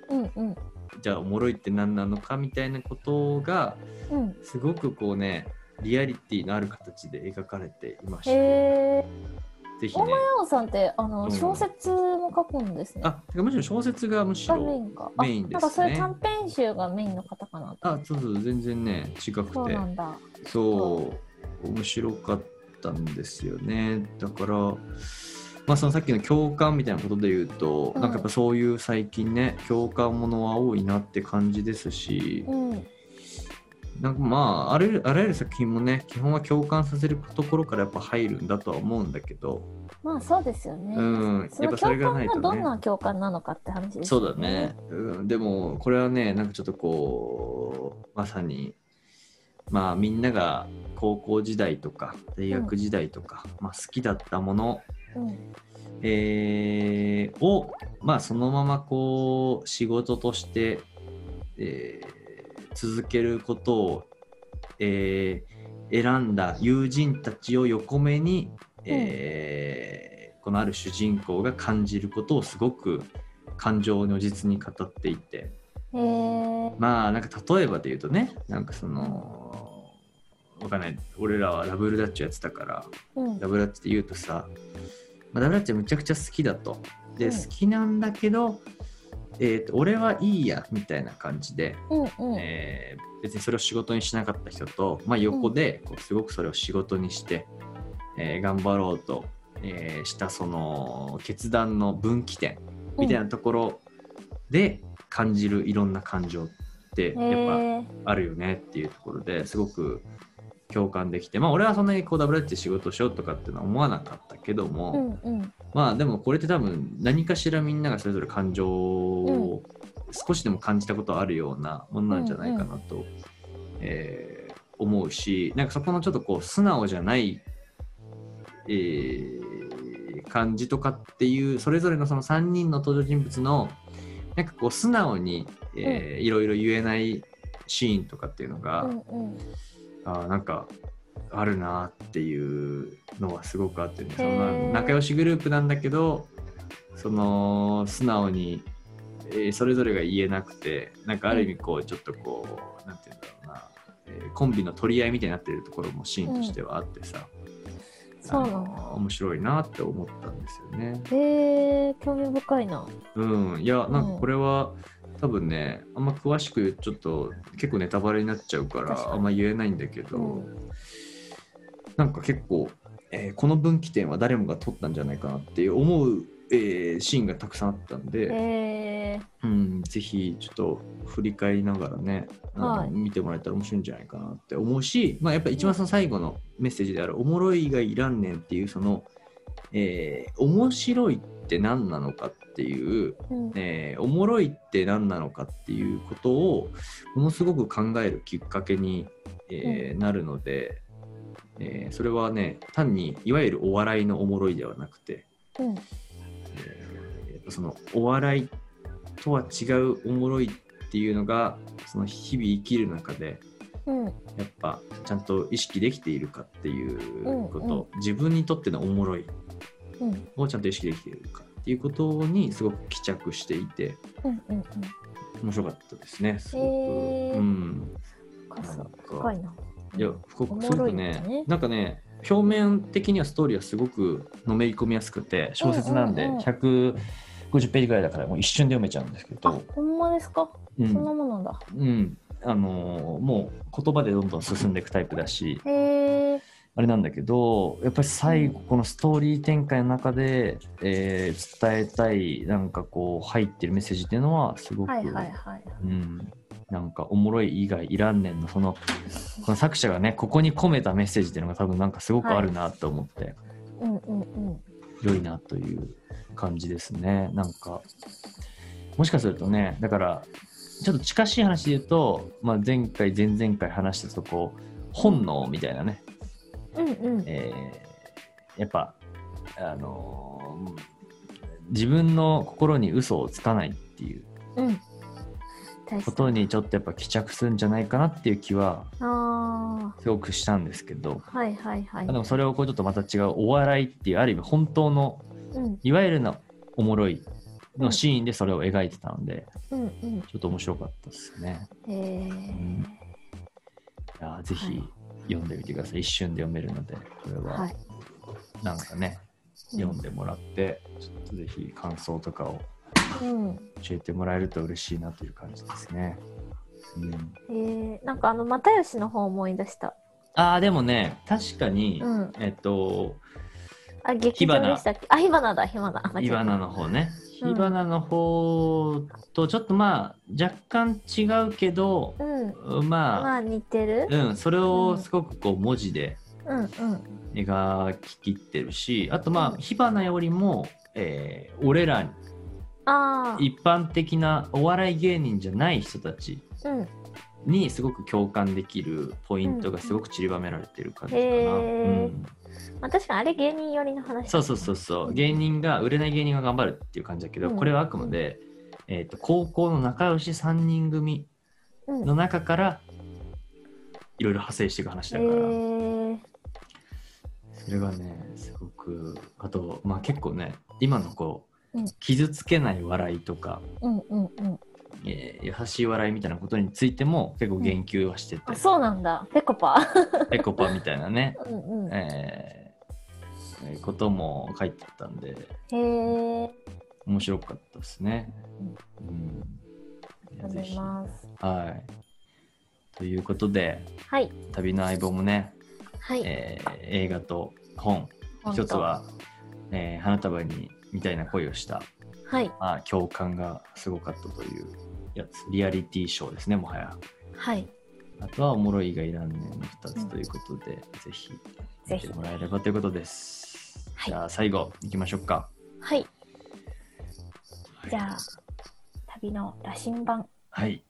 うんうん、 じゃあおもろいって何なのかみたいなことが、うん、すごくこうねリアリティのある形で描かれていまして、 へぜひね。 大前洋さんってあの、うん、小説も書くんですね。 あ、むしろ小説がむしろメインか。メインですね。 なんかそういう短編集がメインの方かなと。 あ、そうそう、全然ね違くて、 そうなんだ。 そう面白かったんですよね。だからまあそのさっきの共感みたいなことで言うと、うん、なんかやっぱそういう最近ね共感ものは多いなって感じですし、うん、なんかまああらゆる、あらゆる作品もね基本は共感させるところからやっぱ入るんだとは思うんだけど、 まあそうですよね、 うん、やっぱそれがないとね、 共感がどんな共感なのかって話ですよね。 そうだね、うん、でもこれはねなんかちょっとこうまさにまあみんなが高校時代とか大学時代とか、うん、まあ、好きだったもの、うんえー、を、まあ、そのままこう仕事として、えー、続けることを、えー、選んだ友人たちを横目に、えーうん、このある主人公が感じることをすごく感情如実に語っていて、 へー、 まあなんか例えばで言うとねなんかそのわかんない、俺らはダブルダッチをやってたから、うん、ダブルダッチって言うとさ、まあ、ダブルダッチはむちゃくちゃ好きだと。で、うん、好きなんだけど、えーと、俺はいいやみたいな感じで、うんうんえー、別にそれを仕事にしなかった人と、まあ、横でこうすごくそれを仕事にして、うんえー、頑張ろうと、えー、したその決断の分岐点みたいなところで感じるいろんな感情ってやっぱあるよねっていうところですごく共感できて、まあ俺はそんなにこうダブルダッチで仕事しようとかっていうのは思わなかったけども、うんうん、まあでもこれって多分何かしらみんながそれぞれ感情を少しでも感じたことあるようなものなんじゃないかなと、うんうんえー、思うし、なんかそこのちょっとこう素直じゃない、えー、感じとかっていうそれぞれのそのさんにんの登場人物のなんかこう素直に、えーうん、いろいろ言えないシーンとかっていうのが、うんうんあなんかあるなっていうのはすごくあってね、その仲良しグループなんだけどその素直に、えー、それぞれが言えなくてなんかある意味こうちょっとこう、うん、なんていうんだろうな、えー、コンビの取り合いみたいになってるところもシーンとしてはあってさ、うん、そうなの面白いなって思ったんですよね。 へえ興味深いな。 うんいやなんかこれは、うん多分ねあんま詳しくちょっと結構ネタバレになっちゃうからあんま言えないんだけど、うん、なんか結構、えー、この分岐点は誰もが取ったんじゃないかなって思う、えー、シーンがたくさんあったんで、えーうん、ぜひちょっと振り返りながらね、はい、見てもらえたら面白いんじゃないかなって思うし、まあ、やっぱ一番その最後のメッセージであるおもろいがいらんねんっていうその、えー、面白いって何なのかっていう、うんえー、おもろいって何なのかっていうことをものすごく考えるきっかけに、えーうん、なるので、えー、それはね単にいわゆるお笑いのおもろいではなくて、うんえー、そのお笑いとは違うおもろいっていうのがその日々生きる中で、うん、やっぱちゃんと意識できているかっていうこと、うんうん、自分にとってのおもろいをちゃんと意識できているかっていうことにすごく帰着していて、うんうんうん、面白かったですねすごく、えー、うん深いな。 いやすごくすごくね、ねなんかね表面的にはストーリーはすごくのめり込みやすくて小説なんでひゃくごじゅっページぐらいだからもう一瞬で読めちゃうんですけど。 あほんまですか、うん、そんなものなんだ。 うんあのー、もう言葉でどんどん進んでいくタイプだし、 へーあれなんだけどやっぱり最後このストーリー展開の中で、えー、伝えたいなんかこう入ってるメッセージっていうのはすごく、はいはいはいうん、なんかおもろい以外いらんねんのそのこの作者がねここに込めたメッセージっていうのが多分なんかすごくあるなと思って、はいうんうんうん、良いなという感じですね。なんかもしかするとねだからちょっと近しい話で言うと、まあ、前回前々回話したとこ本能みたいなねうんうんえー、やっぱ、あのー、自分の心に嘘をつかないっていうことにちょっとやっぱ帰着するんじゃないかなっていう気はすごくしたんですけど、 はいはいはい、 でもそれをこうちょっとまた違うお笑いっていうある意味本当の、うん、いわゆるのおもろいのシーンでそれを描いてたので、 うんうん、 ちょっと面白かったですね。 へー、うん、 いやぜひ読んでみてください、はい、一瞬で読めるので、これは、はい、なんかね、読んでもらって、うん、ちょっとぜひ感想とかを教えてもらえると嬉しいなという感じですね。うん、 えー、なんかあの又吉の方思い出した。 ああでもね確かに、うん、えっとあ劇場でしたっけ？あ火花だ火花火花の方ね、火花の方とちょっとまあ若干違うけど、うん、まあまあ似てる、 うんそれをすごくこう文字で描ききってるし、うんうん、あとまあ、うん、火花よりも、えー、俺ら一般的なお笑い芸人じゃない人たちにすごく共感できるポイントがすごく散りばめられてる感じかな、うんうんまあ、確かにあれ芸人寄りの話、ね、 そうそうそうそう、芸人が売れない芸人が頑張るっていう感じだけど、うん、これはあくまで、えーと、高校の仲良しさんにん組の中からいろいろ派生していく話だから、えー、それがねすごくあと、まあ、結構ね今のこう、うん、傷つけない笑いとか、うんうんうんえー、優しい笑いみたいなことについても結構言及はしてて、 うん、あそうなんだペコパペコパみたいなね、うんうんえー、ことも書いてたんでへー面白かったですね、うん、 ありがとうございます。 はいということで、はい、旅の相棒もね、はいえー、映画と本一つは、えー、花束にみたいな恋をした、はいまあ、共感がすごかったというやつリアリティショーですねもはや、はい、あとはおもろいがいらんねんのふたつということで、うん、ぜひ見てもらえればということです、はい、じゃあ最後いきましょうか。 はい、はい、じゃあ旅の羅針盤はい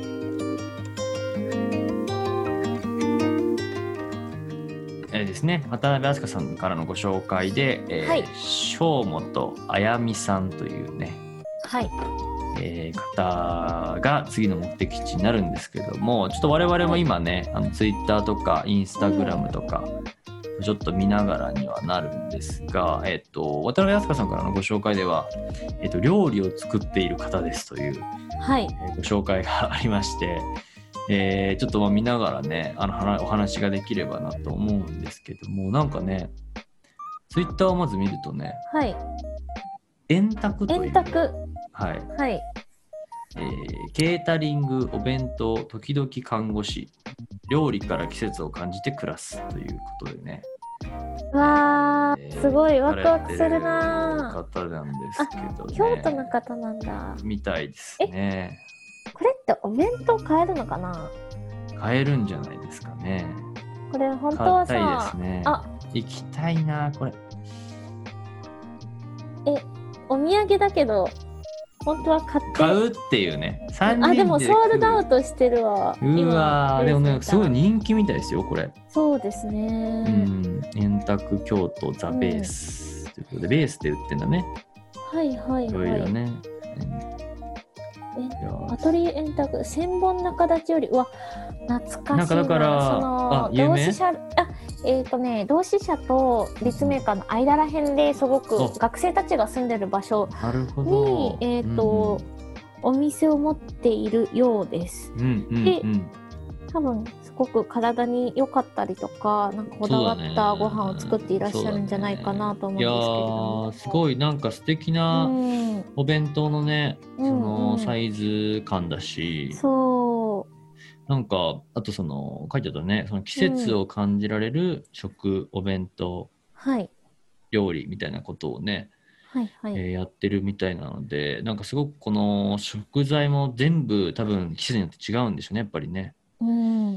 えー、ですね、渡辺飛鳥さんからのご紹介で、えーはい、正本あやみさんというね、はいえー、方が次の目的地になるんですけども、ちょっと我々も今ね、あのツイッターとかインスタグラムとか、うん、ちょっと見ながらにはなるんですが、えー、と渡辺飛鳥さんからのご紹介では、えー、と料理を作っている方ですという、はいえー、ご紹介がありまして、えー、ちょっとまあ見ながらねあのお話ができればなと思うんですけども、なんかねツイッターをまず見るとね、はい、円卓という円卓はい、はいえー、ケータリングお弁当時々看護師料理から季節を感じて暮らすということでね、 わー、えー、すごいワクワクするな方なんですけどね。 京都の方なんだみたいですね。 これってお弁当買えるのかな？ 買えるんじゃないですかね。 これ本当はさ、 買いたいですね。あ、行きたいなこれ。 え、お土産だけど本当は買って買うっていうね。 さんにんであ、でもソールドアウトしてるわ。 うわー、でもねすごい人気みたいですよこれ。 そうですね。 うん、円卓京都ザベース、うん、ということでベースで売ってんだね。 はいはいはい。いろいろね。アトリエ円卓千本中立ちよりうわ懐かしいな。なんかだからその同志社あえっ、ー、とね同志社と立命館の間らへんですごく学生たちが住んでる場所にえっ、ー、と、うん、お店を持っているようです。うんうんうん、で多分すごく体に良かったりとかなんかこだわったご飯を作っていらっしゃるんじゃないかなと思うんですけれども、 ね、いやすごいなんか素敵なお弁当のね、うん、そのサイズ感だし、うんうん、そうなんかあとその書いてあったねその季節を感じられる食、うん、お弁当、はい、料理みたいなことをね、はいはいえー、やってるみたいなのでなんかすごくこの食材も全部多分季節によって違うんでしょうねやっぱりね。うん、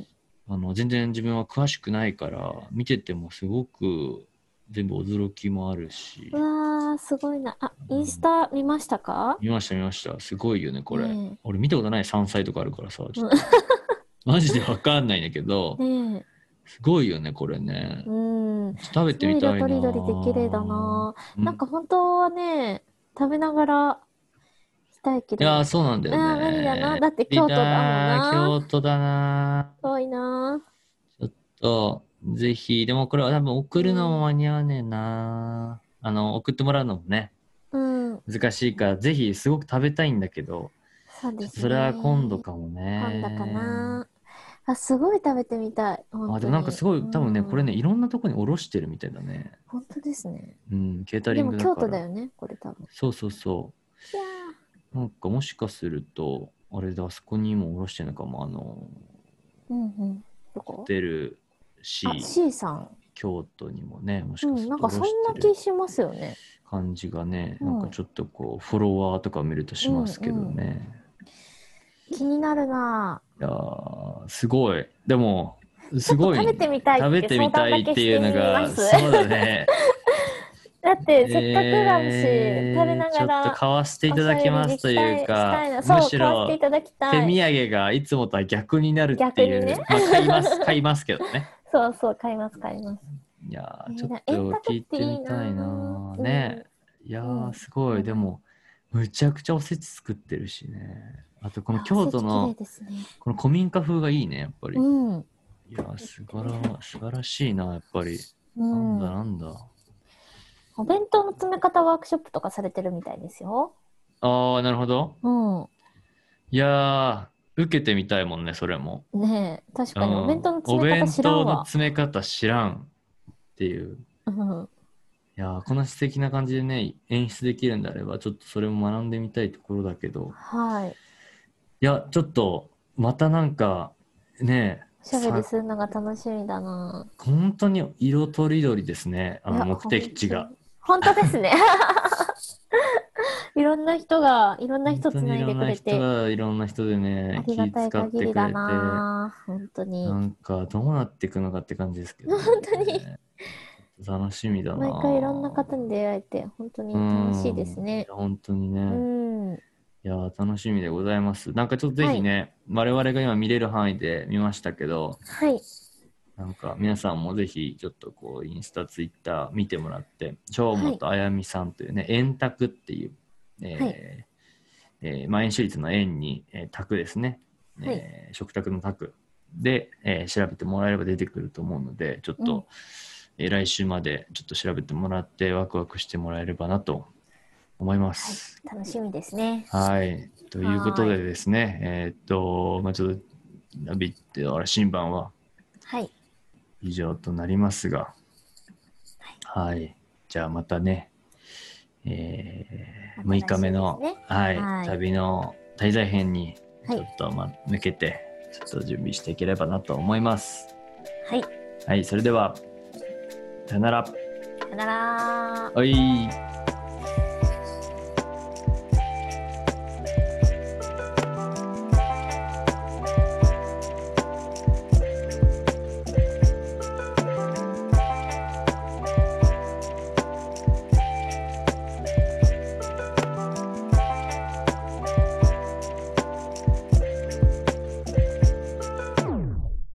あの全然自分は詳しくないから見ててもすごく全部驚きもあるし。 うわーすごいなあ。インスタ見ましたか？ 見ました見ましたすごいよねこれ、ね、俺見たことない山菜とかあるからさちょっとマジで分かんないんだけど、ね、すごいよねこれね。うん食べてみたいな。 色とりどりで綺麗だな、うん、なんか本当はね食べながらいいやそうなんだよね。 あ無理だな。だって京都だもんな。 京都だな。 遠いな。 ちょっとぜひでもこれは多分送るのも間に合わねえな、うん、あの送ってもらうのもね、うん、 難しいからぜひすごく食べたいんだけど、 そうですね、 それは今度かもね。 今度かな。あ、すごい食べてみたい。本当に。 あ、でもなんかすごい多分ね、うん、これねいろんなとこにおろしてるみたいだね。 本当ですね。 うん、ケータリングだから。 でも京都だよね、これ多分。 そうそうそう。いやなんかもしかするとあれだ、あそこにもおろしてるのかも、あの、 うんうん、どこ？ ホテル C。 あ、C さん。 京都にもね、もしかすると、うん、 なんかそんな気しますよね。 感じがね、なんかちょっとこうフォロワーとか見るとしますけどね。 うんうん、気になるな。 いやーすごい。でもすごい食べてみたいって食べてみたいっていうのがそうだね。 だってせっかくだし、えー、食べながらちょっと買わせていただきますというか、むしろ手土産がいつもとは逆になるっていう、ね、まあ買います買いますけどね。 そうそう買います買います。 いやーちょっと聞いてみたいなね。いやーすごい、うん、でもむちゃくちゃおせち作ってるしね。あとこの京都のこの古民家風がいいねやっぱり。うん、いやーすばら素晴らしいなやっぱり。うん、なんだなんだ。 お弁当の詰め方ワークショップとかされてるみたいですよ。 ああなるほど。 うん。 いやー受けてみたいもんねそれも。 ねえ確かにお弁当の詰め方知らんわ。 お弁当の詰め方知らんっていう。うん、いやこの素敵な感じでね演出できるんであればちょっとそれも学んでみたいところだけど。 はい。 いやちょっとまたなんかねおしゃべりするのが楽しみだな。 本当に色とりどりですね、あの目的地が。 本当ですね。いろんな人がいろんな人つないでくれて、いろんな人がいろんな人でねありがたい限りだな。本当になんかどうなっていくのかって感じですけど、ね、 本当に楽しみだな。 毎回いろんな方に出会えて本当に楽しいですね。 本当にね。 うんいや楽しみでございます。なんかちょっとぜひね、はい、我々が今見れる範囲で見ましたけど、 はい。 なんか皆さんもぜひちょっとこうインスタ、ツイッター見てもらって、正本あやみさんというね、円卓っていう、えーはいえー、満員私立の円に、えー、卓ですね、はいえー、食卓の卓で、えー、調べてもらえれば出てくると思うので、ちょっと、うんえー、来週までちょっと調べてもらってワクワクしてもらえればなと思います。 はい、楽しみですね。 はい。ということでですね、えー、っと、まあちょっと、ナビってあれ新版は、 はい。 以上となりますが、はい。はい、じゃあまたね、えー、むいかめの、ねはいはい、旅の滞在編にちょっと、ま、向けて、ちょっと準備していければなと思います。 はい。 はい、それでは、さよなら。 さよなら。 はい。